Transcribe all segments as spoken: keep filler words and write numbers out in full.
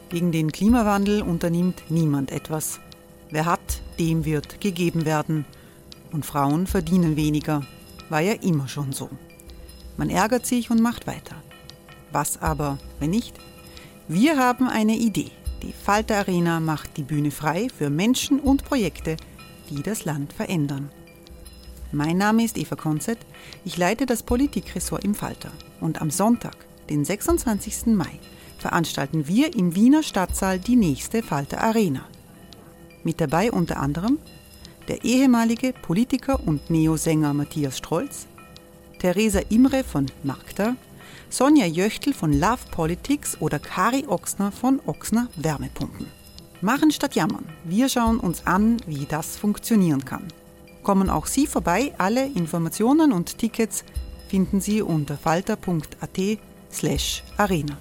Gegen den Klimawandel unternimmt niemand etwas. Wer hat, dem wird gegeben werden. Und Frauen verdienen weniger. War ja immer schon so. Man ärgert sich und macht weiter. Was aber, wenn nicht? Wir haben eine Idee. Die Falter Arena macht die Bühne frei für Menschen und Projekte, die das Land verändern. Mein Name ist Eva Konzett. Ich leite das Politikressort im Falter. Und am Sonntag, den sechsundzwanzigsten Mai, veranstalten wir im Wiener Stadtsaal die nächste Falter Arena. Mit dabei unter anderem der ehemalige Politiker und Neosänger Matthias Strolz, Theresa Imre von Magda, Sonja Jöchtl von Love Politics oder Kari Ochsner von Ochsner Wärmepumpen. Machen statt jammern. Wir schauen uns an, wie das funktionieren kann. Kommen auch Sie vorbei. Alle Informationen und Tickets finden Sie unter falter.at slash arena.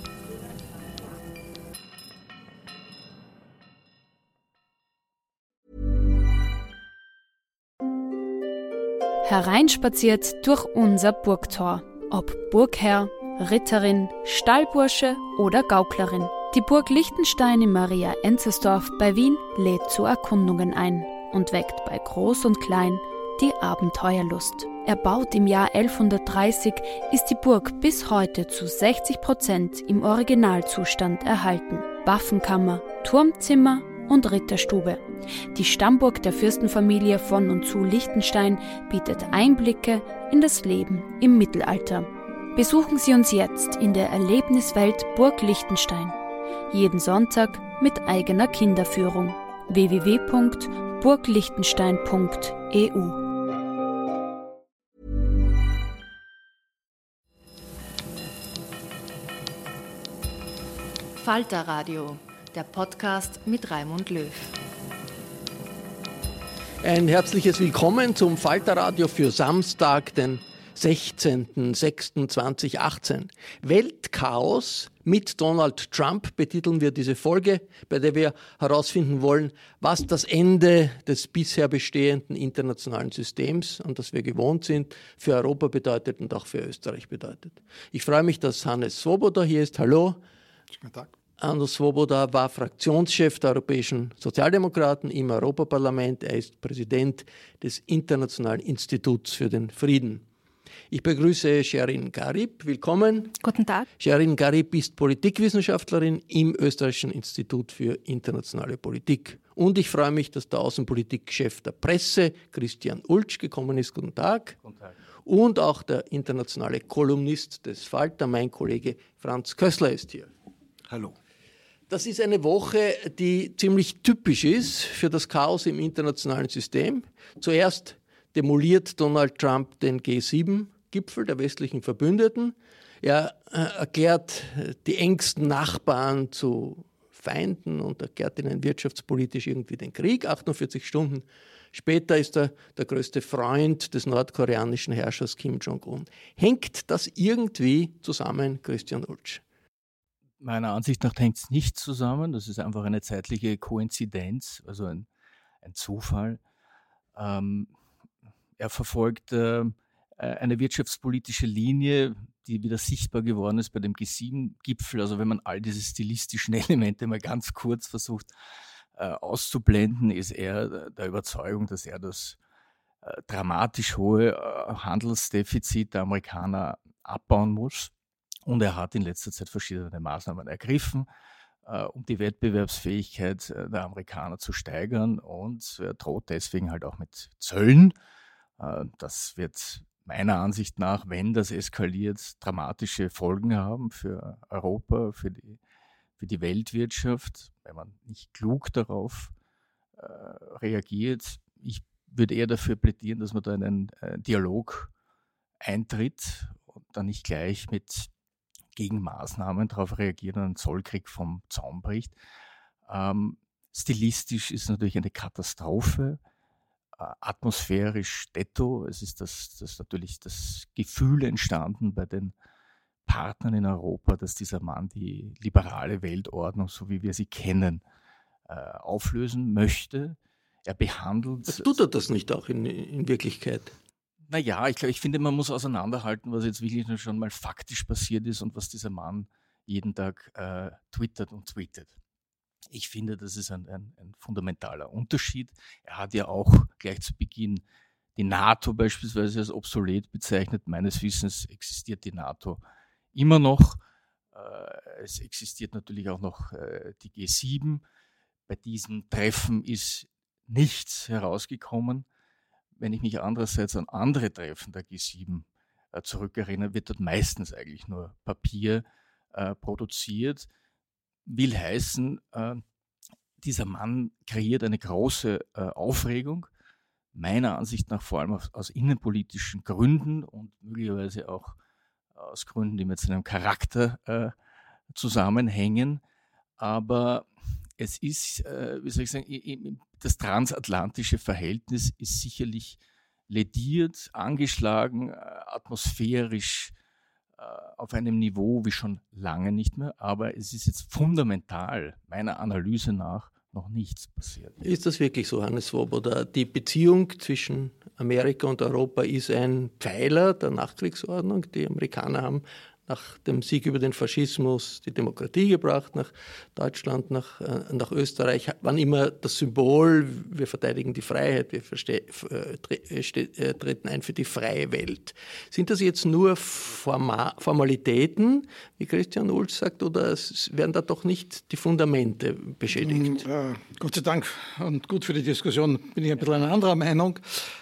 Hereinspaziert durch unser Burgtor. Ob Burgherr, Ritterin, Stallbursche oder Gauklerin. Die Burg Liechtenstein in Maria-Enzersdorf bei Wien lädt zu Erkundungen ein und weckt bei Groß und Klein die Abenteuerlust. Erbaut im Jahr elfhundertdreißig, ist die Burg bis heute zu sechzig Prozent im Originalzustand erhalten. Waffenkammer, Turmzimmer und Ritterstube. Die Stammburg der Fürstenfamilie von und zu Liechtenstein bietet Einblicke in das Leben im Mittelalter. Besuchen Sie uns jetzt in der Erlebniswelt Burg Liechtenstein. Jeden Sonntag mit eigener Kinderführung. w w w punkt burgliechtenstein punkt e u Falter Radio, der Podcast mit Raimund Löw. Ein herzliches Willkommen zum Falter Radio für Samstag, den sechzehnten sechsten zweitausendachtzehn. Weltchaos mit Donald Trump betiteln wir diese Folge, bei der wir herausfinden wollen, was das Ende des bisher bestehenden internationalen Systems, an das wir gewohnt sind, für Europa bedeutet und auch für Österreich bedeutet. Ich freue mich, dass Hannes Swoboda hier ist. Hallo. Guten Tag. Hannes Swoboda war Fraktionschef der Europäischen Sozialdemokraten im Europaparlament. Er ist Präsident des Internationalen Instituts für den Frieden. Ich begrüße Sherin Garib. Willkommen. Guten Tag. Sherin Garib ist Politikwissenschaftlerin im Österreichischen Institut für internationale Politik. Und ich freue mich, dass der Außenpolitikchef der Presse, Christian Ultsch, gekommen ist. Guten Tag. Guten Tag. Und auch der internationale Kolumnist des Falter, mein Kollege Franz Kössler, ist hier. Hallo. Das ist eine Woche, die ziemlich typisch ist für das Chaos im internationalen System. Zuerst demoliert Donald Trump den G sieben Gipfel der westlichen Verbündeten. Er äh, erklärt die engsten Nachbarn zu Feinden und erklärt ihnen wirtschaftspolitisch irgendwie den Krieg. achtundvierzig Stunden später ist er der größte Freund des nordkoreanischen Herrschers Kim Jong-un. Hängt das irgendwie zusammen, Christian Ultsch? Meiner Ansicht nach hängt es nicht zusammen. Das ist einfach eine zeitliche Koinzidenz, also ein, ein Zufall. Ähm, er verfolgt äh, eine wirtschaftspolitische Linie, die wieder sichtbar geworden ist bei dem G sieben Gipfel. Also wenn man all diese stilistischen Elemente mal ganz kurz versucht äh, auszublenden, ist er der Überzeugung, dass er das äh, dramatisch hohe äh, Handelsdefizit der Amerikaner abbauen muss. Und er hat in letzter Zeit verschiedene Maßnahmen ergriffen, äh, um die Wettbewerbsfähigkeit äh, der Amerikaner zu steigern. Und er droht deswegen halt auch mit Zöllen. Äh, das wird meiner Ansicht nach, wenn das eskaliert, dramatische Folgen haben für Europa, für die, für die Weltwirtschaft, wenn man nicht klug darauf äh, reagiert. Ich würde eher dafür plädieren, dass man da in einen äh, Dialog eintritt und dann nicht gleich mit Gegenmaßnahmen darauf reagiert und einen Zollkrieg vom Zaun bricht. Ähm, stilistisch ist natürlich eine Katastrophe, äh, atmosphärisch detto. Es ist das, das natürlich das Gefühl entstanden bei den Partnern in Europa, dass dieser Mann die liberale Weltordnung, so wie wir sie kennen, äh, auflösen möchte. Er behandelt... Tut er das nicht auch in, in Wirklichkeit? Naja, ich glaube, ich finde, man muss auseinanderhalten, was jetzt wirklich schon mal faktisch passiert ist und was dieser Mann jeden Tag äh, twittert und tweetet. Ich finde, das ist ein, ein, ein fundamentaler Unterschied. Er hat ja auch gleich zu Beginn die NATO beispielsweise als obsolet bezeichnet. Meines Wissens existiert die NATO immer noch. Äh, es existiert natürlich auch noch äh, die G sieben. Bei diesem Treffen ist nichts herausgekommen. Wenn ich mich andererseits an andere Treffen der G sieben äh, zurückerinnere, wird dort meistens eigentlich nur Papier äh, produziert. Will heißen, äh, dieser Mann kreiert eine große äh, Aufregung, meiner Ansicht nach vor allem aus, aus innenpolitischen Gründen und möglicherweise auch aus Gründen, die mit seinem Charakter äh, zusammenhängen. Aber es ist, äh, wie soll ich sagen, das transatlantische Verhältnis ist sicherlich lediert, angeschlagen, äh, atmosphärisch äh, auf einem Niveau wie schon lange nicht mehr. Aber es ist jetzt fundamental, meiner Analyse nach, noch nichts passiert. Ist das wirklich so, Hannes Swoboda? Die Beziehung zwischen Amerika und Europa ist ein Pfeiler der Nachkriegsordnung. Die Amerikaner haben nach dem Sieg über den Faschismus die Demokratie gebracht, nach Deutschland, nach, äh, nach Österreich, waren immer das Symbol, wir verteidigen die Freiheit, wir verste- äh, tre- äh, treten ein für die freie Welt. Sind das jetzt nur Forma- Formalitäten, wie Christian Ulz sagt, oder werden da doch nicht die Fundamente beschädigt? Äh, Gott sei Dank und gut für die Diskussion bin ich ein bisschen einer anderer Meinung.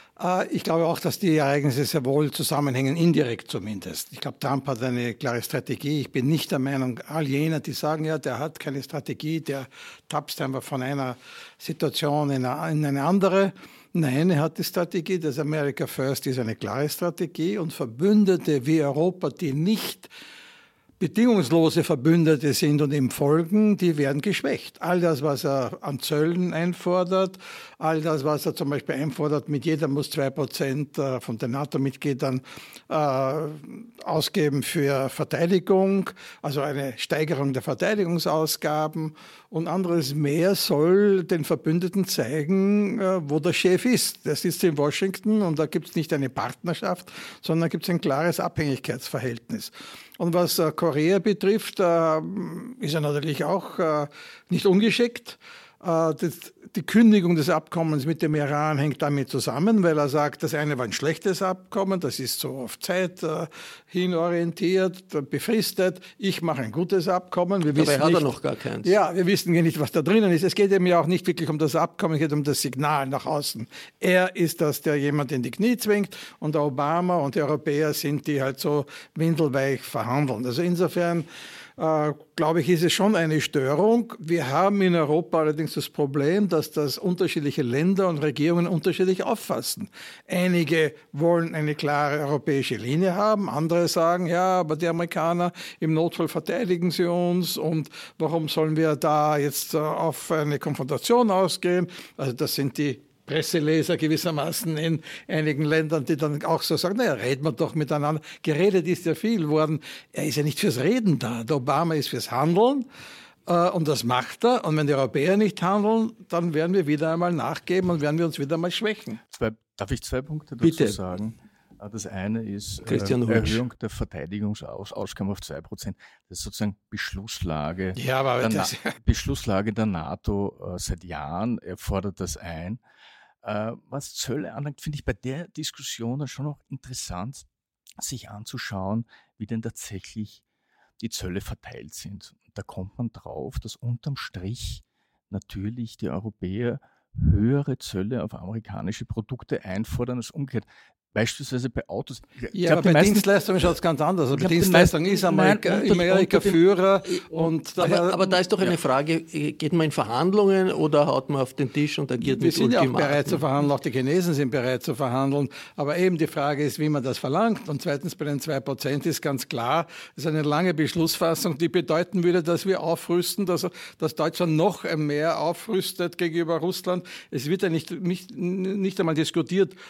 Ich glaube auch, dass die Ereignisse sehr wohl zusammenhängen, indirekt zumindest. Ich glaube, Trump hat eine klare Strategie. Ich bin nicht der Meinung, all jener, die sagen, ja, der hat keine Strategie, der tapst einfach von einer Situation in eine, in eine andere. Nein, er hat die Strategie. Das America First ist eine klare Strategie und Verbündete wie Europa, die nicht bedingungslose Verbündete sind und ihm folgen, die werden geschwächt. All das, was er an Zöllen einfordert, all das, was er zum Beispiel einfordert, mit jeder muss zwei Prozent von den NATO-Mitgliedern äh, ausgeben für Verteidigung, also eine Steigerung der Verteidigungsausgaben und anderes mehr soll den Verbündeten zeigen, äh, wo der Chef ist. Der sitzt in Washington und da gibt es nicht eine Partnerschaft, sondern da gibt es ein klares Abhängigkeitsverhältnis. Und was äh, Korea betrifft, äh, ist er natürlich auch äh, nicht ungeschickt. Äh, das, die Kündigung des Abkommens mit dem Iran hängt damit zusammen, weil er sagt, das eine war ein schlechtes Abkommen, das ist so auf Zeit äh, hin orientiert, befristet. Ich mache ein gutes Abkommen. Wir Dabei hat nicht, er noch gar keins. Ja, wir wissen ja nicht, was da drinnen ist. Es geht eben ja auch nicht wirklich um das Abkommen, es geht um das Signal nach außen. Er ist das, der jemand in die Knie zwingt und der Obama und die Europäer sind, die halt so windelweich verhandeln. Also insofern Äh, glaube ich, ist es schon eine Störung. Wir haben in Europa allerdings das Problem, dass das unterschiedliche Länder und Regierungen unterschiedlich auffassen. Einige wollen eine klare europäische Linie haben, andere sagen, ja, aber die Amerikaner im Notfall verteidigen sie uns und warum sollen wir da jetzt äh, auf eine Konfrontation ausgehen? Also das sind die Presseleser gewissermaßen in einigen Ländern, die dann auch so sagen, naja, reden wir doch miteinander. Geredet ist ja viel worden. Er ist ja nicht fürs Reden da. Der Obama ist fürs Handeln äh, und das macht er. Und wenn die Europäer nicht handeln, dann werden wir wieder einmal nachgeben und werden wir uns wieder einmal schwächen. Zwei, darf ich zwei Punkte dazu Bitte. sagen? Das eine ist Christian äh, Hulsch. Erhöhung der Verteidigungsausgaben auf zwei Prozent. Das ist sozusagen Beschlusslage, Ja, aber der, das, Na- Beschlusslage der NATO äh, seit Jahren. Er fordert das ein. Äh, was Zölle anlangt, finde ich bei der Diskussion dann schon noch interessant, sich anzuschauen, wie denn tatsächlich die Zölle verteilt sind. Und da kommt man drauf, dass unterm Strich natürlich die Europäer höhere Zölle auf amerikanische Produkte einfordern als umgekehrt. Beispielsweise bei Autos. Ich ja, glaub, aber die bei meisten- Dienstleistungen schaut es ganz anders. Also Ich bei glaub, die Dienstleistungen meisten- ist Amerika, Nein, unter- Amerika unter dem- Führer. Und Aber, daher, aber da ist doch eine ja. Frage, geht man in Verhandlungen oder haut man auf den Tisch und agiert Wir mit sind ja auch Ultimaten? bereit zu verhandeln, auch die Chinesen sind bereit zu verhandeln. Aber eben die Frage ist, wie man das verlangt. Und zweitens bei den zwei Prozent ist ganz klar, das ist eine lange Beschlussfassung, die bedeuten würde, dass wir aufrüsten, dass, dass Deutschland noch mehr aufrüstet gegenüber Russland. Es wird ja nicht, nicht, nicht einmal diskutiert,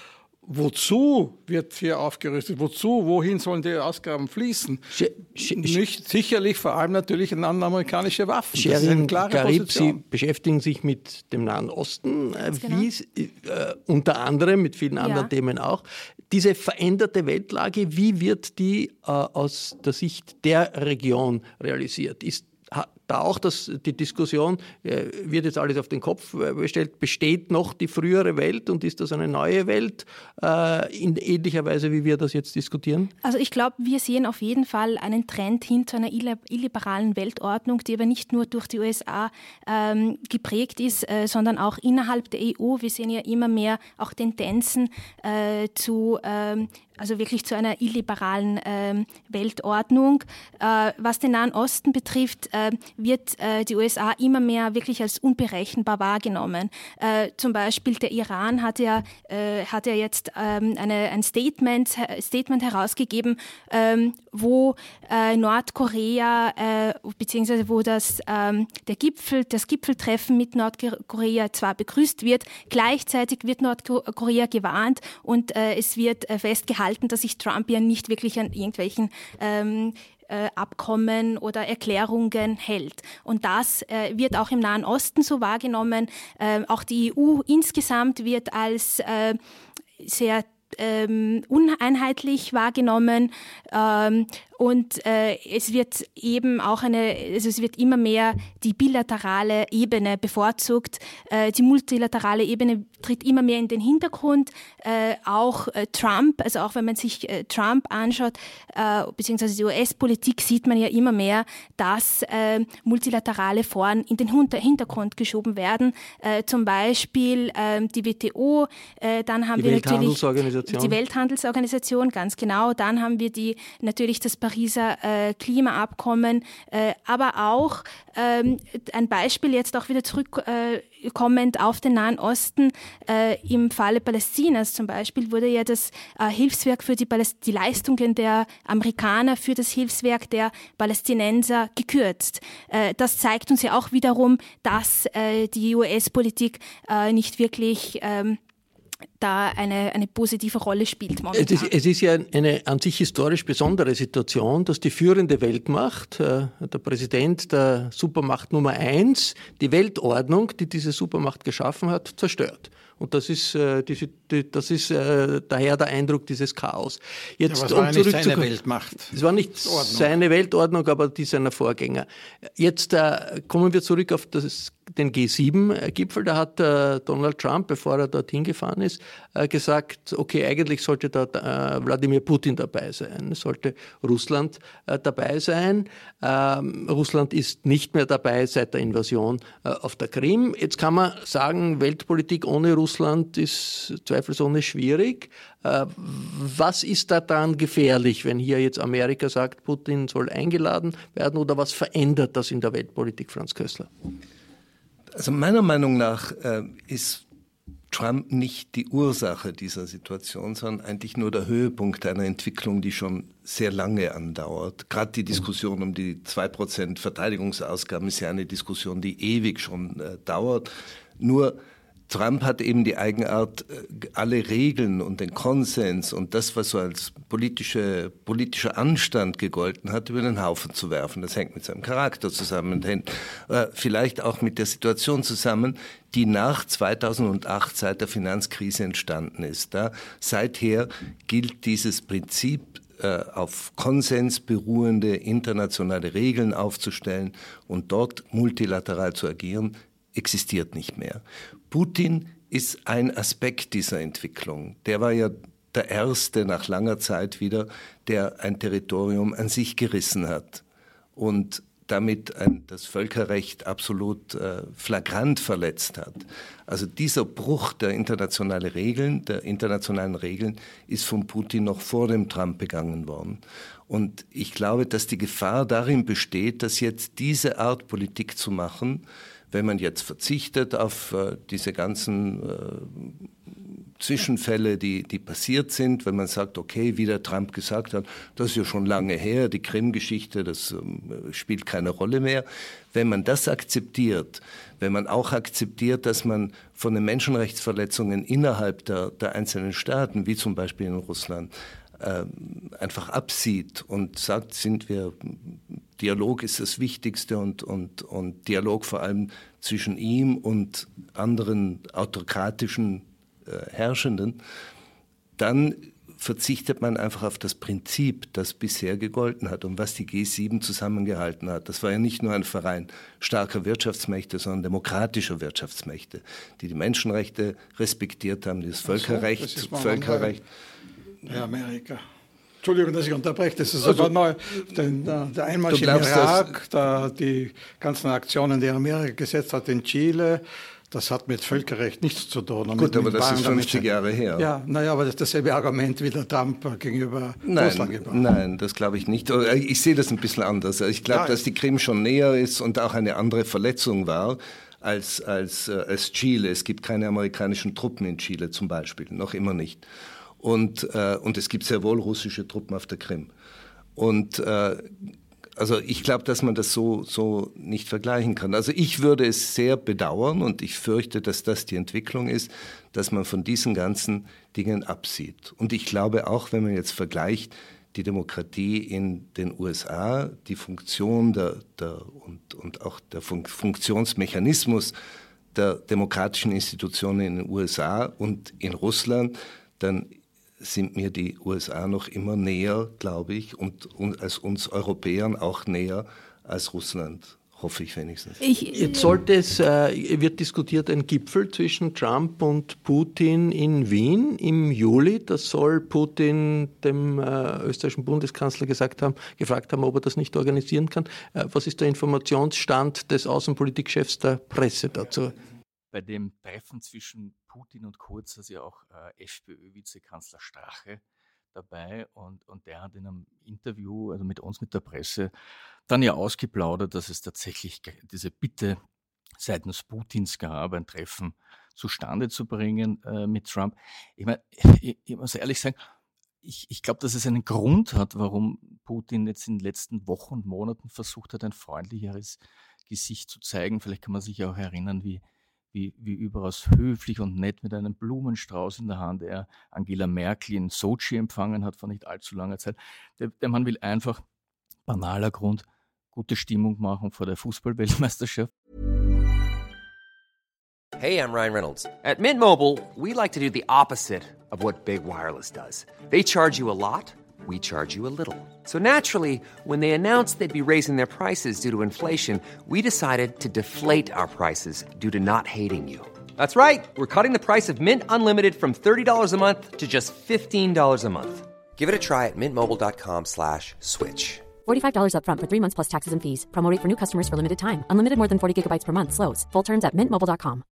wozu wird hier aufgerüstet? Wozu? Wohin sollen die Ausgaben fließen? Sch Sch Nicht sicherlich vor allem natürlich an amerikanische Waffen. Sherin, das ist eine klare Garib, Position. Sie beschäftigen sich mit dem Nahen Osten, äh, genau. wie, äh, unter anderem mit vielen anderen Ja. Themen auch. Diese veränderte Weltlage, wie wird die äh, aus der Sicht der Region realisiert? Ist da auch das, die Diskussion, äh, wird jetzt alles auf den Kopf gestellt, besteht noch die frühere Welt und ist das eine neue Welt äh, in ähnlicher Weise, wie wir das jetzt diskutieren? Also ich glaube, wir sehen auf jeden Fall einen Trend hin zu einer illiberalen Weltordnung, die aber nicht nur durch die U S A ähm, geprägt ist, äh, sondern auch innerhalb der E U. Wir sehen ja immer mehr auch Tendenzen äh, zu ähm, also wirklich zu einer illiberalen ähm, Weltordnung. Äh, was den Nahen Osten betrifft, äh, wird äh, die U S A immer mehr wirklich als unberechenbar wahrgenommen. Äh, zum Beispiel der Iran hat ja, äh, hat ja jetzt ähm, eine, ein Statement, Statement herausgegeben, ähm, wo äh, Nordkorea, äh, beziehungsweise wo das, ähm, der Gipfel, das Gipfeltreffen mit Nordkorea zwar begrüßt wird, gleichzeitig wird Nordkorea gewarnt und äh, es wird äh, festgehalten, dass sich Trump ja nicht wirklich an irgendwelchen ähm, äh, Abkommen oder Erklärungen hält. Und das äh, wird auch im Nahen Osten so wahrgenommen. Äh, auch die E U insgesamt wird als äh, sehr ähm, uneinheitlich wahrgenommen. Ähm, Und äh, es wird eben auch eine, also es wird immer mehr die bilaterale Ebene bevorzugt. Äh, die multilaterale Ebene tritt immer mehr in den Hintergrund. Äh, auch äh, Trump, also auch wenn man sich äh, Trump anschaut, äh, beziehungsweise die U S-Politik, sieht man ja immer mehr, dass äh, multilaterale Foren in den Hintergrund geschoben werden. Äh, zum Beispiel äh, die W T O, äh, dann haben die wir natürlich Welthandelsorganisation. die Welthandelsorganisation, ganz genau. Dann haben wir die natürlich das Pariser äh, Klimaabkommen, äh, aber auch ähm, ein Beispiel jetzt auch wieder zurückkommend äh, auf den Nahen Osten. Äh, Im Falle Palästinas zum Beispiel wurde ja das äh, Hilfswerk für die, die Leistungen der Amerikaner für das Hilfswerk der Palästinenser gekürzt. Äh, das zeigt uns ja auch wiederum, dass äh, die U S-Politik äh, nicht wirklich ähm, da eine, eine positive Rolle spielt momentan. Es ist, es ist ja eine an sich historisch besondere Situation, dass die führende Weltmacht, äh, der Präsident der Supermacht Nummer eins, die Weltordnung, die diese Supermacht geschaffen hat, zerstört. Und das ist, äh, die, die, das ist äh, daher der Eindruck dieses Chaos. Jetzt, ja, aber es war um ja nicht seine Weltmacht. Es war nicht seine Weltordnung, aber die seiner Vorgänger. Jetzt äh, kommen wir zurück auf das, den G sieben Gipfel. Da hat äh, Donald Trump, bevor er dorthin gefahren ist, äh, gesagt, okay, eigentlich sollte da äh, Wladimir Putin dabei sein, sollte Russland äh, dabei sein. Ähm, Russland ist nicht mehr dabei seit der Invasion äh, auf der Krim. Jetzt kann man sagen, Weltpolitik ohne Russland ist zweifelsohne schwierig. Äh, was ist da dann gefährlich, wenn hier jetzt Amerika sagt, Putin soll eingeladen werden, oder was verändert das in der Weltpolitik, Franz Kössler? Also meiner Meinung nach äh, ist Trump nicht die Ursache dieser Situation, sondern eigentlich nur der Höhepunkt einer Entwicklung, die schon sehr lange andauert. Gerade die Diskussion um die zwei Prozent Verteidigungsausgaben ist ja eine Diskussion, die ewig schon äh, dauert. Nur Trump hat eben die Eigenart, alle Regeln und den Konsens und das, was so als politische, politischer Anstand gegolten hat, über den Haufen zu werfen. Das hängt mit seinem Charakter zusammen und hängt äh, vielleicht auch mit der Situation zusammen, die nach zweitausendacht, seit der Finanzkrise entstanden ist. Da, seither gilt dieses Prinzip, äh, auf Konsens beruhende internationale Regeln aufzustellen und dort multilateral zu agieren, existiert nicht mehr. Putin ist ein Aspekt dieser Entwicklung. Der war ja der Erste nach langer Zeit wieder, der ein Territorium an sich gerissen hat und damit ein, das Völkerrecht absolut äh, flagrant verletzt hat. Also dieser Bruch der internationalen Regeln, der internationalen Regeln ist von Putin noch vor dem Trump begangen worden. Und ich glaube, dass die Gefahr darin besteht, dass jetzt diese Art Politik zu machen, wenn man jetzt verzichtet auf äh, diese ganzen äh, Zwischenfälle, die, die passiert sind, wenn man sagt, okay, wie der Trump gesagt hat, das ist ja schon lange her, die Krim-Geschichte, das ähm, spielt keine Rolle mehr. Wenn man das akzeptiert, wenn man auch akzeptiert, dass man von den Menschenrechtsverletzungen innerhalb der, der einzelnen Staaten, wie zum Beispiel in Russland, äh, einfach absieht und sagt, sind wir, Dialog ist das Wichtigste und, und, und Dialog vor allem zwischen ihm und anderen autokratischen Herrschenden, dann verzichtet man einfach auf das Prinzip, das bisher gegolten hat und was die G sieben zusammengehalten hat. Das war ja nicht nur ein Verein starker Wirtschaftsmächte, sondern demokratischer Wirtschaftsmächte, die die Menschenrechte respektiert haben, das Völkerrecht, so, das Völkerrecht. Ja, Amerika. Entschuldigung, dass ich unterbreche. Das ist also, sogar neu. Den, der, der Einmarsch im Irak, der, die ganzen Aktionen, die Amerika gesetzt hat in Chile, das hat mit Völkerrecht nichts zu tun. Gut, mit, aber mit das ist fünfzig Jahre her. Ja, naja, aber das ist dasselbe Argument wie der Trump gegenüber nein, Russland gebracht. Nein, das glaube ich nicht. Ich sehe das ein bisschen anders. Ich glaube, ja, dass die Krim schon näher ist und auch eine andere Verletzung war als, als, als Chile. Es gibt keine amerikanischen Truppen in Chile zum Beispiel, noch immer nicht. Und, äh, und es gibt sehr wohl russische Truppen auf der Krim. Und äh, Also ich glaube, dass man das so, so nicht vergleichen kann. Also ich würde es sehr bedauern und ich fürchte, dass das die Entwicklung ist, dass man von diesen ganzen Dingen absieht. Und ich glaube auch, wenn man jetzt vergleicht, die Demokratie in den U S A, die Funktion der, der, und, und auch der Fun- Funktionsmechanismus der demokratischen Institutionen in den U S A und in Russland, dann sind mir die U S A noch immer näher, glaube ich, und, und als uns Europäern auch näher als Russland, hoffe ich wenigstens. Ich, Jetzt sollte es, äh, wird diskutiert, ein Gipfel zwischen Trump und Putin in Wien im Juli. Das soll Putin dem äh, österreichischen Bundeskanzler gesagt haben, gefragt haben, ob er das nicht organisieren kann. Äh, was ist der Informationsstand des Außenpolitikchefs der Presse dazu? Bei dem Treffen zwischen Putin und Kurz ist ja auch äh, FPÖ-Vizekanzler Strache dabei und, und der hat in einem Interview, also mit uns, mit der Presse, dann ja ausgeplaudert, dass es tatsächlich diese Bitte seitens Putins gab, ein Treffen zustande zu bringen äh, mit Trump. Ich meine, ich, ich muss ehrlich sagen, ich, ich glaube, dass es einen Grund hat, warum Putin jetzt in den letzten Wochen und Monaten versucht hat, ein freundlicheres Gesicht zu zeigen. Vielleicht kann man sich auch erinnern, wie Wie, wie überaus höflich und nett mit einem Blumenstrauß in der Hand er Angela Merkel in Sochi empfangen hat vor nicht allzu langer Zeit. Der, der Mann will einfach, banaler Grund, gute Stimmung machen vor der Fußball-Weltmeisterschaft. Hey, I'm Ryan Reynolds. At Mint Mobile, we like to do the opposite of what Big Wireless does. They charge you a lot. We charge you a little. So naturally, when they announced they'd be raising their prices due to inflation, we decided to deflate our prices due to not hating you. That's right. We're cutting the price of Mint Unlimited from thirty dollars a month to just fifteen dollars a month. Give it a try at mintmobile.com slash switch. forty-five dollars up front for three months plus taxes and fees. Promo rate for new customers for limited time. Unlimited more than forty gigabytes per month. Slows full terms at mint mobile dot com.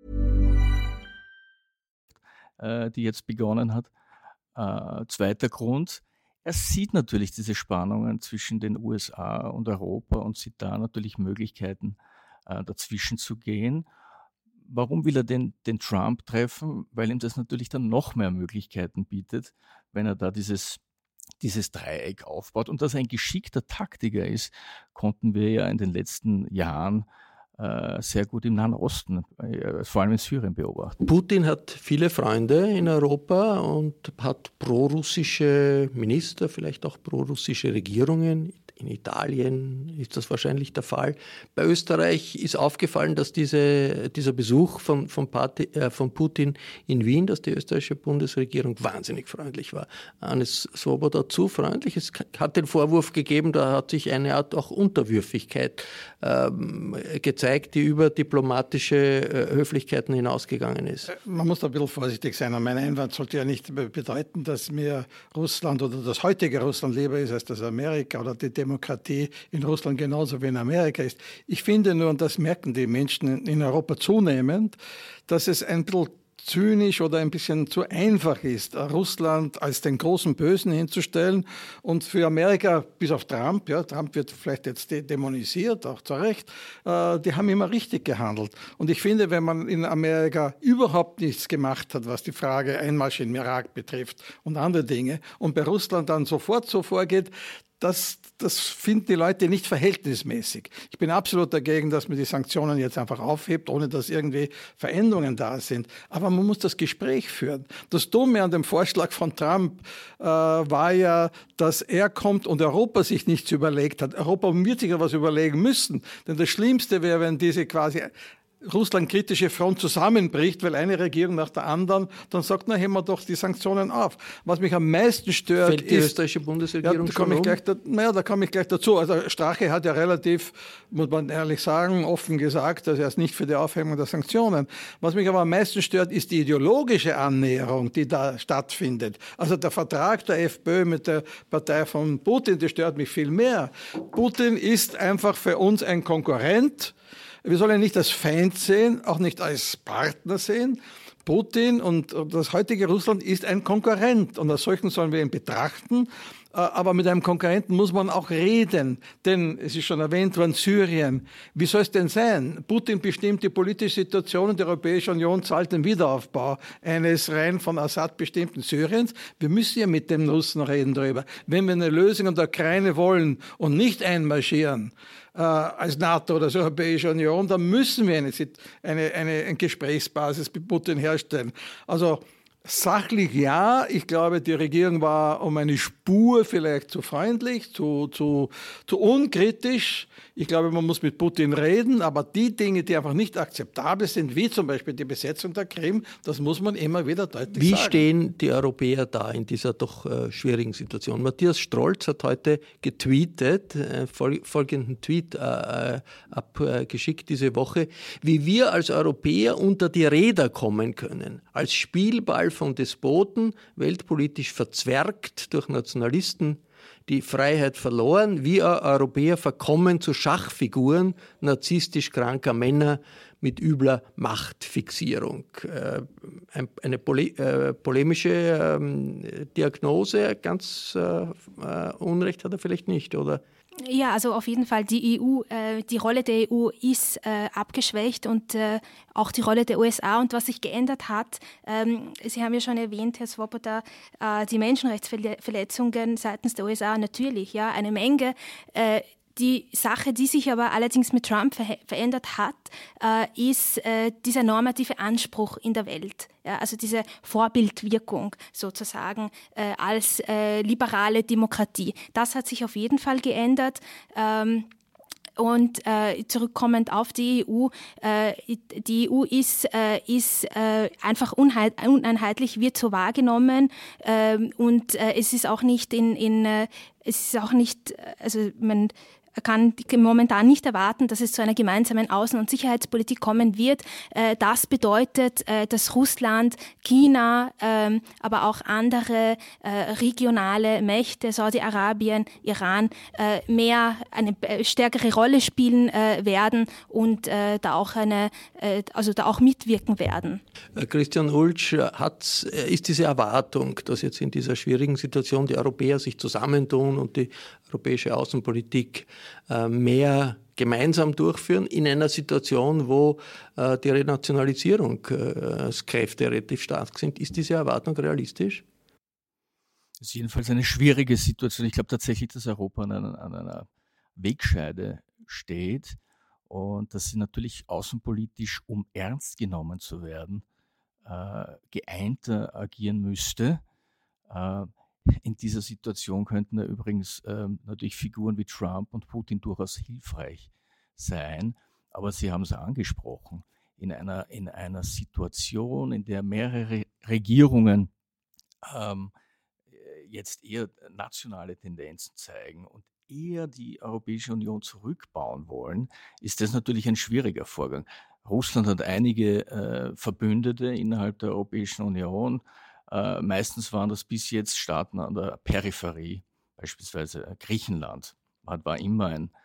Äh, die jetzt begonnen hat. Äh, zweiter Grund. Er sieht natürlich diese Spannungen zwischen den U S A und Europa und sieht da natürlich Möglichkeiten, äh, dazwischen zu gehen. Warum will er den, den Trump treffen? Weil ihm das natürlich dann noch mehr Möglichkeiten bietet, wenn er da dieses, dieses Dreieck aufbaut. Und dass er ein geschickter Taktiker ist, konnten wir ja in den letzten Jahren äh, sehr gut im Nahen Osten, äh, vor allem in Syrien, beobachten. Putin hat viele Freunde in Europa und hat prorussische Minister, vielleicht auch prorussische Regierungen. In Italien ist das wahrscheinlich der Fall. Bei Österreich ist aufgefallen, dass diese, dieser Besuch von, von, Party, äh, von Putin in Wien, dass die österreichische Bundesregierung wahnsinnig freundlich war. Hannes Swoboda zu freundlich. Es hat den Vorwurf gegeben, da hat sich eine Art auch Unterwürfigkeit ähm, gezeigt, die über diplomatische äh, Höflichkeiten hinausgegangen ist. Man muss da ein bisschen vorsichtig sein. Und mein Einwand sollte ja nicht bedeuten, dass mir Russland oder das heutige Russland lieber ist als das Amerika oder die Demokratie in Russland genauso wie in Amerika ist. Ich finde nur, und das merken die Menschen in Europa zunehmend, dass es ein bisschen zynisch oder ein bisschen zu einfach ist, Russland als den großen Bösen hinzustellen. Und für Amerika, bis auf Trump, ja, Trump wird vielleicht jetzt dämonisiert, auch zu Recht, äh, die haben immer richtig gehandelt. Und ich finde, wenn man in Amerika überhaupt nichts gemacht hat, was die Frage Einmarsch in Irak betrifft und andere Dinge, und bei Russland dann sofort so vorgeht, Das, das finden die Leute nicht verhältnismäßig. Ich bin absolut dagegen, dass man die Sanktionen jetzt einfach aufhebt, ohne dass irgendwie Veränderungen da sind. Aber man muss das Gespräch führen. Das Dumme an dem Vorschlag von Trump äh, war ja, dass er kommt und Europa sich nichts überlegt hat. Europa wird sich ja was überlegen müssen. Denn das Schlimmste wäre, wenn diese quasi russlandkritische Front zusammenbricht, weil eine Regierung nach der anderen dann sagt, na, heben wir doch die Sanktionen auf. Was mich am meisten stört, Fällt die ist... österreichische Bundesregierung ja, da komme ich gleich, da, naja, da komme ich gleich dazu. Also Strache hat ja relativ, muss man ehrlich sagen, offen gesagt, dass er ist nicht für die Aufhebung der Sanktionen. Was mich aber am meisten stört, ist die ideologische Annäherung, die da stattfindet. Also der Vertrag der FPÖ mit der Partei von Putin, das stört mich viel mehr. Putin ist einfach für uns ein Konkurrent. Wir sollen ihn nicht als Feind sehen, auch nicht als Partner sehen. Putin und das heutige Russland ist ein Konkurrent und als solchen sollen wir ihn betrachten. Aber mit einem Konkurrenten muss man auch reden, denn es ist schon erwähnt worden, Syrien. Wie soll es denn sein? Putin bestimmt die politische Situation und die Europäische Union zahlt den Wiederaufbau eines rein von Assad bestimmten Syriens. Wir müssen ja mit den Russen reden darüber. Wenn wir eine Lösung in der Ukraine wollen und nicht einmarschieren, äh, als NATO oder als Europäische Union, dann müssen wir eine, eine, eine, eine Gesprächsbasis mit Putin herstellen. Also sachlich ja, ich glaube, die Regierung war um eine Spur vielleicht zu freundlich, zu, zu, zu unkritisch. Ich glaube, man muss mit Putin reden, aber die Dinge, die einfach nicht akzeptabel sind, wie zum Beispiel die Besetzung der Krim, das muss man immer wieder deutlich wie sagen. Wie stehen die Europäer da in dieser doch äh, schwierigen Situation? Matthias Strolz hat heute getweetet, äh, fol- folgenden Tweet äh, abgeschickt diese Woche, wie wir als Europäer unter die Räder kommen können, als Spielball von Despoten, weltpolitisch verzwergt durch Nationalisten, die Freiheit verloren. Wir Europäer verkommen zu Schachfiguren narzisstisch kranker Männer mit übler Machtfixierung. Äh, eine pole- äh, polemische äh, Diagnose, ganz äh, Unrecht hat er vielleicht nicht, oder? Ja, also auf jeden Fall die E U, äh, die Rolle der E U ist äh, abgeschwächt und äh, auch die Rolle der U S A. Und was sich geändert hat, ähm, Sie haben ja schon erwähnt, Herr Swoboda, äh, die Menschenrechtsverletzungen seitens der U S A natürlich, ja, eine Menge. Äh, Die Sache, die sich aber allerdings mit Trump ver- verändert hat, äh, ist äh, dieser normative Anspruch in der Welt. Ja, also diese Vorbildwirkung sozusagen äh, als äh, liberale Demokratie. Das hat sich auf jeden Fall geändert. Ähm, Und äh, zurückkommend auf die E U, äh, die E U ist, äh, ist äh, einfach unheit, uneinheitlich, wird so wahrgenommen äh, und äh, es ist auch nicht in, in äh, es ist auch nicht, also man kann momentan nicht erwarten, dass es zu einer gemeinsamen Außen- und Sicherheitspolitik kommen wird. Das bedeutet, dass Russland, China, aber auch andere regionale Mächte, Saudi-Arabien, Iran, mehr eine stärkere Rolle spielen werden und da auch eine, also da auch mitwirken werden. Christian Ulsch, hat, ist diese Erwartung, dass jetzt in dieser schwierigen Situation die Europäer sich zusammentun und die europäische Außenpolitik äh, mehr gemeinsam durchführen in einer Situation, wo äh, die Renationalisierungskräfte äh, relativ stark sind. Ist diese Erwartung realistisch? Das ist jedenfalls eine schwierige Situation. Ich glaube tatsächlich, dass Europa an einer, an einer Wegscheide steht und dass sie natürlich außenpolitisch, um ernst genommen zu werden, äh, geeinter agieren müsste. Äh, In dieser Situation könnten ja übrigens ähm, natürlich Figuren wie Trump und Putin durchaus hilfreich sein. Aber Sie haben es angesprochen, in einer, in einer Situation, in der mehrere Regierungen ähm, jetzt eher nationale Tendenzen zeigen und eher die Europäische Union zurückbauen wollen, ist das natürlich ein schwieriger Vorgang. Russland hat einige äh, Verbündete innerhalb der Europäischen Union. Uh, meistens waren das bis jetzt Staaten an der Peripherie, beispielsweise Griechenland. Man war immer ein,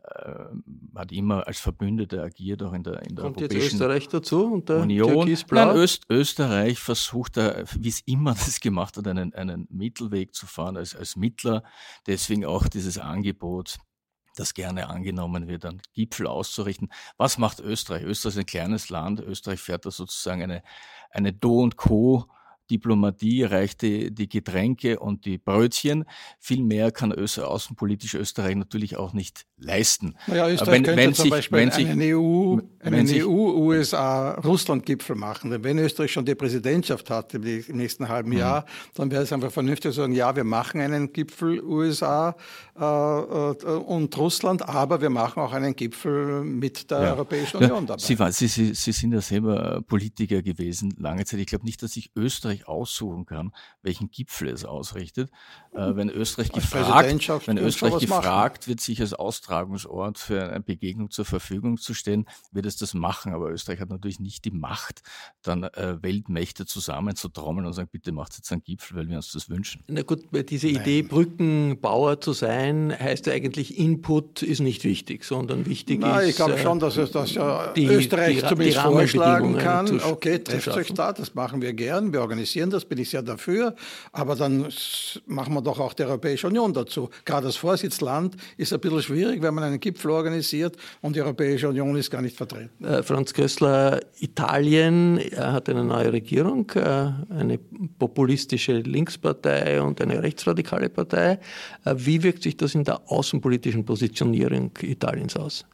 hat immer als Verbündeter agiert, auch in der, in der Kommt Europäischen jetzt Österreich dazu und der Union. Türkisblau? Nein, Öst, Österreich versucht, da, wie es immer das gemacht hat, einen, einen Mittelweg zu fahren als, als Mittler. Deswegen auch dieses Angebot, das gerne angenommen wird, einen Gipfel auszurichten. Was macht Österreich? Österreich ist ein kleines Land. Österreich fährt da sozusagen eine, eine Do und Co. Diplomatie, reicht die, die Getränke und die Brötchen. Viel mehr kann Österreich, außenpolitisch Österreich natürlich auch nicht leisten. Naja, Österreich wenn, könnte wenn zum sich, Beispiel wenn einen sich, E U, einen sich, E U-U S A-Russland-Gipfel machen. Denn wenn Österreich schon die Präsidentschaft hat im nächsten halben mhm. Jahr, dann wäre es einfach vernünftig zu sagen, ja, wir machen einen Gipfel U S A äh, und Russland, aber wir machen auch einen Gipfel mit der ja. Europäischen Union ja, dabei. Sie, war, Sie, Sie, Sie sind ja selber Politiker gewesen, lange Zeit. Ich glaube nicht, dass sich Österreich aussuchen kann, welchen Gipfel es ausrichtet. Äh, wenn Österreich als gefragt, wenn Österreich gefragt wird, sich als Austragungsort für eine Begegnung zur Verfügung zu stellen, wird es das machen. Aber Österreich hat natürlich nicht die Macht, dann äh, Weltmächte zusammenzutrommeln und sagen, bitte macht jetzt einen Gipfel, weil wir uns das wünschen. Na gut, diese Idee, Nein. Brückenbauer zu sein, heißt ja eigentlich, Input ist nicht wichtig, sondern wichtig Na, ist... Ich glaube schon, dass, es, dass ja die, Österreich die, zumindest die vorschlagen kann, zu, okay, trefft euch da, das machen wir gern, wir organisieren das, bin ich sehr dafür, aber dann machen wir doch auch die Europäische Union dazu. Gerade als Vorsitzland ist es ein bisschen schwierig, wenn man einen Gipfel organisiert und die Europäische Union ist gar nicht vertreten. Äh, Franz Kössler, Italien hat eine neue Regierung, äh, eine populistische Linkspartei und eine rechtsradikale Partei. Äh, wie wirkt sich das in der außenpolitischen Positionierung Italiens aus?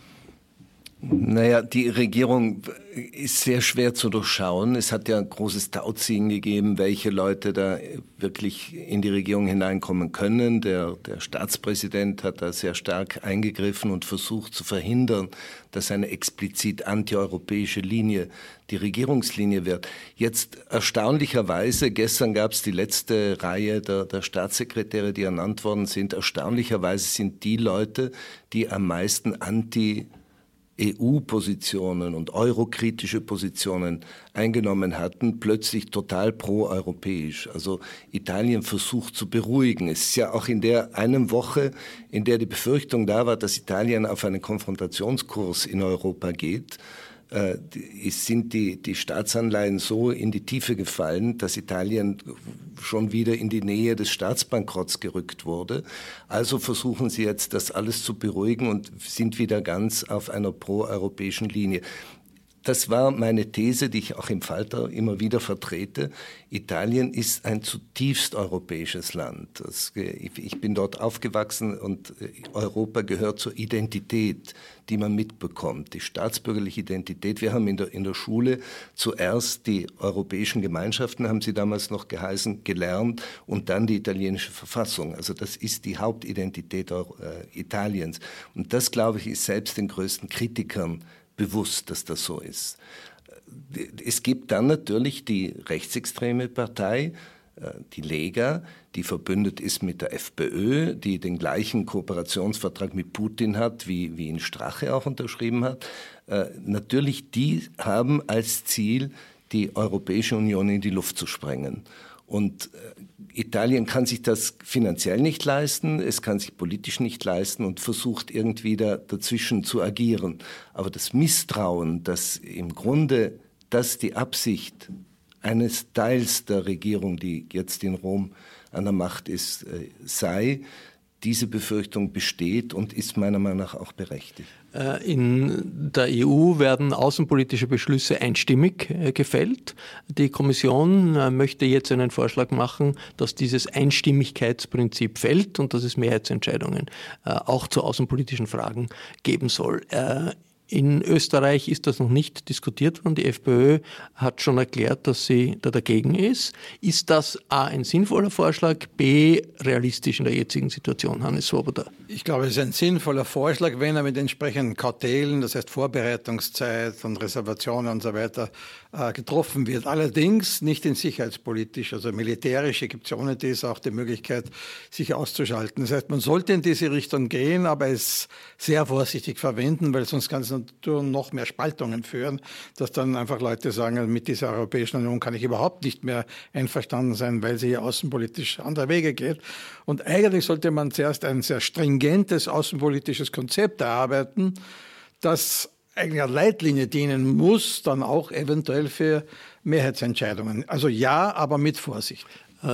Naja, die Regierung ist sehr schwer zu durchschauen. Es hat ja ein großes Tauziehen gegeben, welche Leute da wirklich in die Regierung hineinkommen können. Der, der Staatspräsident hat da sehr stark eingegriffen und versucht zu verhindern, dass eine explizit antieuropäische Linie die Regierungslinie wird. Jetzt erstaunlicherweise, gestern gab es die letzte Reihe der, der Staatssekretäre, die ernannt worden sind. Erstaunlicherweise sind die Leute, die am meisten anti E U-Positionen und eurokritische Positionen eingenommen hatten, plötzlich total pro-europäisch. Also Italien versucht zu beruhigen. Es ist ja auch in der einen Woche, in der die Befürchtung da war, dass Italien auf einen Konfrontationskurs in Europa geht, äh, sind die, die Staatsanleihen so in die Tiefe gefallen, dass Italien schon wieder in die Nähe des Staatsbankrotts gerückt wurde. Also versuchen sie jetzt, das alles zu beruhigen und sind wieder ganz auf einer proeuropäischen Linie. Das war meine These, die ich auch im Falter immer wieder vertrete. Italien ist ein zutiefst europäisches Land. Das, ich bin dort aufgewachsen und Europa gehört zur Identität, die man mitbekommt, die staatsbürgerliche Identität. Wir haben in der, in der Schule zuerst die europäischen Gemeinschaften, haben sie damals noch geheißen, gelernt und dann die italienische Verfassung. Also das ist die Hauptidentität äh, Italiens. Und das, glaube ich, ist selbst den größten Kritikern bewusst, dass das so ist. Es gibt dann natürlich die rechtsextreme Partei, die Lega, die verbündet ist mit der FPÖ, die den gleichen Kooperationsvertrag mit Putin hat, wie, wie ihn Strache auch unterschrieben hat. Natürlich, die haben als Ziel, die Europäische Union in die Luft zu sprengen. Und äh, Italien kann sich das finanziell nicht leisten, es kann sich politisch nicht leisten und versucht irgendwie da dazwischen zu agieren. Aber das Misstrauen, dass im Grunde das die Absicht eines Teils der Regierung, die jetzt in Rom an der Macht ist, äh, sei, diese Befürchtung besteht und ist meiner Meinung nach auch berechtigt. In der E U werden außenpolitische Beschlüsse einstimmig gefällt. Die Kommission möchte jetzt einen Vorschlag machen, dass dieses Einstimmigkeitsprinzip fällt und dass es Mehrheitsentscheidungen auch zu außenpolitischen Fragen geben soll. In Österreich ist das noch nicht diskutiert worden. Die FPÖ hat schon erklärt, dass sie da dagegen ist. Ist das A, ein sinnvoller Vorschlag, B, realistisch in der jetzigen Situation, Hannes Swoboda? Ich glaube, es ist ein sinnvoller Vorschlag, wenn er mit entsprechenden Kautelen, das heißt Vorbereitungszeit und Reservationen und so weiter, äh, getroffen wird. Allerdings nicht in sicherheitspolitisch, also militärische gibt es ohne dies auch die Möglichkeit, sich auszuschalten. Das heißt, man sollte in diese Richtung gehen, aber es sehr vorsichtig verwenden, weil sonst kann es zu noch mehr Spaltungen führen, dass dann einfach Leute sagen, mit dieser Europäischen Union kann ich überhaupt nicht mehr einverstanden sein, weil sie hier außenpolitisch andere Wege geht. Und eigentlich sollte man zuerst ein sehr stringentes außenpolitisches Konzept erarbeiten, das eigentlich eine Leitlinie dienen muss, dann auch eventuell für Mehrheitsentscheidungen. Also ja, aber mit Vorsicht.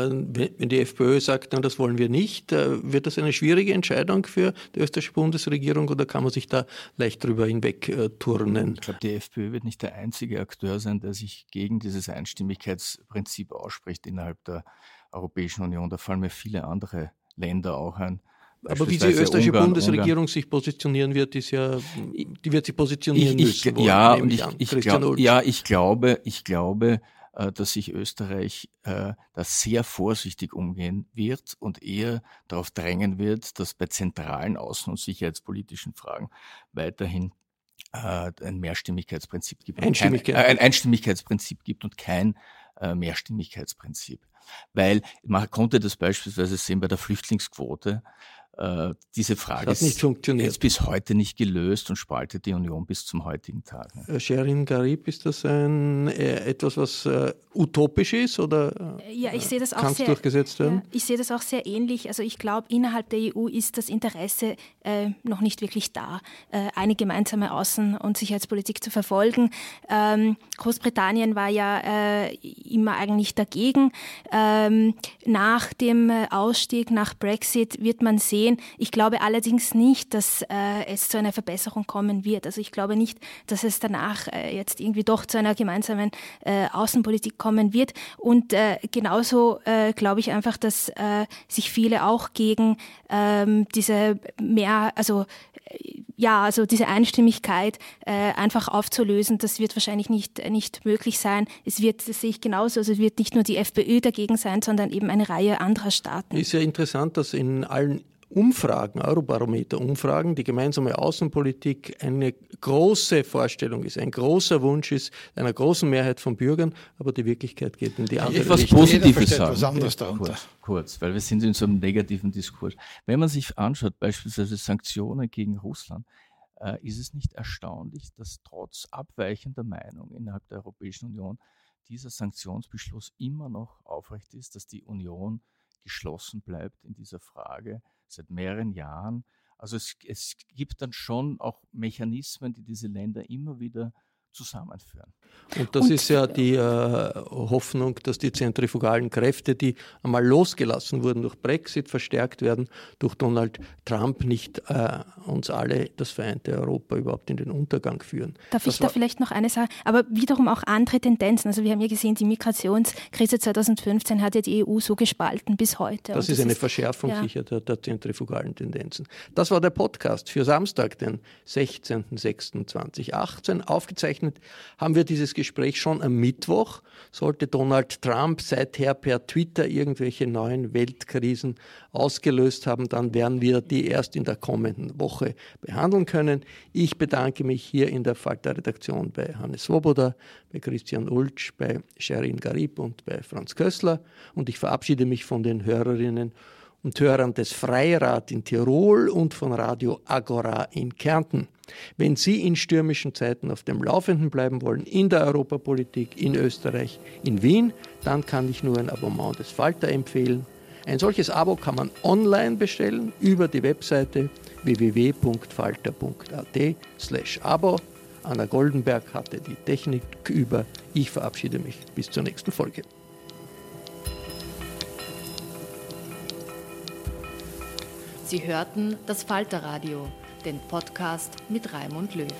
Wenn die FPÖ sagt, na, das wollen wir nicht, wird das eine schwierige Entscheidung für die österreichische Bundesregierung oder kann man sich da leicht drüber hinweg turnen? Ich glaube, die FPÖ wird nicht der einzige Akteur sein, der sich gegen dieses Einstimmigkeitsprinzip ausspricht innerhalb der Europäischen Union. Da fallen mir viele andere Länder auch ein. Aber wie die österreichische Ungarn, Bundesregierung Ungarn. sich positionieren wird, ist ja, die wird sich positionieren ich, ich, müssen. Wollen, ja, und ich, ich, glaub, ja, ich glaube, ich glaube, dass sich Österreich äh, da sehr vorsichtig umgehen wird und eher darauf drängen wird, dass bei zentralen außen- und sicherheitspolitischen Fragen weiterhin äh, ein Mehrstimmigkeitsprinzip gibt. Einstimmigkeit. Kein, äh, ein Einstimmigkeitsprinzip gibt und kein äh, Mehrstimmigkeitsprinzip. Weil man konnte das beispielsweise sehen bei der Flüchtlingsquote. Äh, diese Frage ist nicht funktioniert. Ist bis heute nicht gelöst und spaltet die Union bis zum heutigen Tag. Ne? Sherin Garib, ist das ein, äh, etwas, was äh, utopisch ist oder äh, ja, ich sehe das auch kann es sehr, durchgesetzt werden? Ja, ich sehe das auch sehr ähnlich. Also ich glaube, innerhalb der E U ist das Interesse äh, noch nicht wirklich da, äh, eine gemeinsame Außen- und Sicherheitspolitik zu verfolgen. Ähm, Großbritannien war ja äh, immer eigentlich dagegen. Ähm, nach dem Ausstieg, nach Brexit wird man sehen. Ich glaube allerdings nicht, dass äh, es zu einer Verbesserung kommen wird. Also ich glaube nicht, dass es danach äh, jetzt irgendwie doch zu einer gemeinsamen äh, Außenpolitik kommen wird. Und äh, genauso äh, glaube ich einfach, dass äh, sich viele auch gegen ähm, diese mehr, also äh, ja, also diese Einstimmigkeit äh, einfach aufzulösen, das wird wahrscheinlich nicht, nicht möglich sein. Es wird, das sehe ich genauso, also es wird nicht nur die FPÖ dagegen sein, sondern eben eine Reihe anderer Staaten. Ist ja interessant, dass in allen Umfragen, Eurobarometer-Umfragen, die gemeinsame Außenpolitik eine große Vorstellung ist, ein großer Wunsch ist, einer großen Mehrheit von Bürgern, aber die Wirklichkeit geht in die andere Richtung. Richtung. Etwas Positives sagen. Was anderes darunter. Kurz, kurz, weil wir sind in so einem negativen Diskurs. Wenn man sich anschaut, beispielsweise Sanktionen gegen Russland, äh, ist es nicht erstaunlich, dass trotz abweichender Meinung innerhalb der Europäischen Union dieser Sanktionsbeschluss immer noch aufrecht ist, dass die Union geschlossen bleibt in dieser Frage seit mehreren Jahren. Also es, es gibt dann schon auch Mechanismen, die diese Länder immer wieder zusammenführen. Und das und, ist ja die äh, Hoffnung, dass die zentrifugalen Kräfte, die einmal losgelassen wurden durch Brexit, verstärkt werden, durch Donald Trump nicht äh, uns alle, das vereinte Europa, überhaupt in den Untergang führen. Darf das ich da vielleicht noch eine sagen? Aber wiederum auch andere Tendenzen. Also wir haben ja gesehen, die Migrationskrise zweitausendfünfzehn hat ja die E U so gespalten bis heute. Das, das ist eine ist, Verschärfung ja. sicher der, der zentrifugalen Tendenzen. Das war der Podcast für Samstag, den sechzehnten sechsten zweitausendachtzehn. Aufgezeichnet haben wir dieses Gespräch schon am Mittwoch. Sollte Donald Trump seither per Twitter irgendwelche neuen Weltkrisen ausgelöst haben, dann werden wir die erst in der kommenden Woche behandeln können. Ich bedanke mich hier in der Falter-Redaktion bei Hannes Swoboda, bei Christian Ultsch, bei Sherin Garib und bei Franz Kössler und ich verabschiede mich von den Hörerinnen und Hörern des Freirad in Tirol und von Radio Agora in Kärnten. Wenn Sie in stürmischen Zeiten auf dem Laufenden bleiben wollen, in der Europapolitik, in Österreich, in Wien, dann kann ich nur ein Abonnement des Falter empfehlen. Ein solches Abo kann man online bestellen über die Webseite w w w punkt falter punkt a t slash abo. Anna Goldenberg hatte die Technik über. Ich verabschiede mich bis zur nächsten Folge. Sie hörten das Falterradio, den Podcast mit Raimund Löw.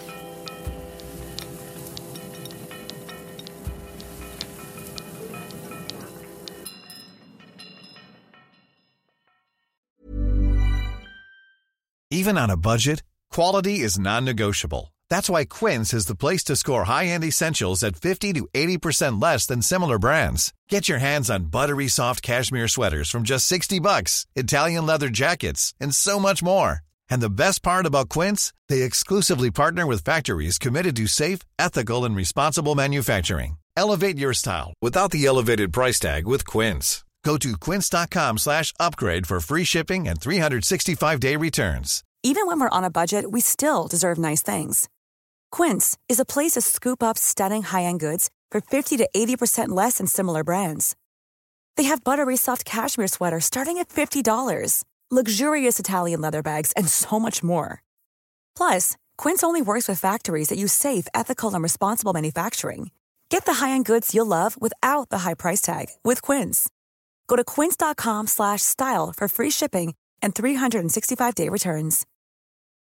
Even on a budget, quality is non-negotiable. That's why Quince is the place to score high-end essentials at fifty to eighty percent less than similar brands. Get your hands on buttery soft cashmere sweaters from just sixty bucks, Italian leather jackets, and so much more. And the best part about Quince, they exclusively partner with factories committed to safe, ethical, and responsible manufacturing. Elevate your style without the elevated price tag with Quince. Go to quince.com slash upgrade for free shipping and three sixty-five day returns. Even when we're on a budget, we still deserve nice things. Quince is a place to scoop up stunning high-end goods for fifty to eighty percent less than similar brands. They have buttery soft cashmere sweaters starting at fifty dollars, luxurious Italian leather bags, and so much more. Plus, Quince only works with factories that use safe, ethical, and responsible manufacturing. Get the high-end goods you'll love without the high price tag with Quince. Go to quince.com slash style for free shipping and three sixty-five day returns.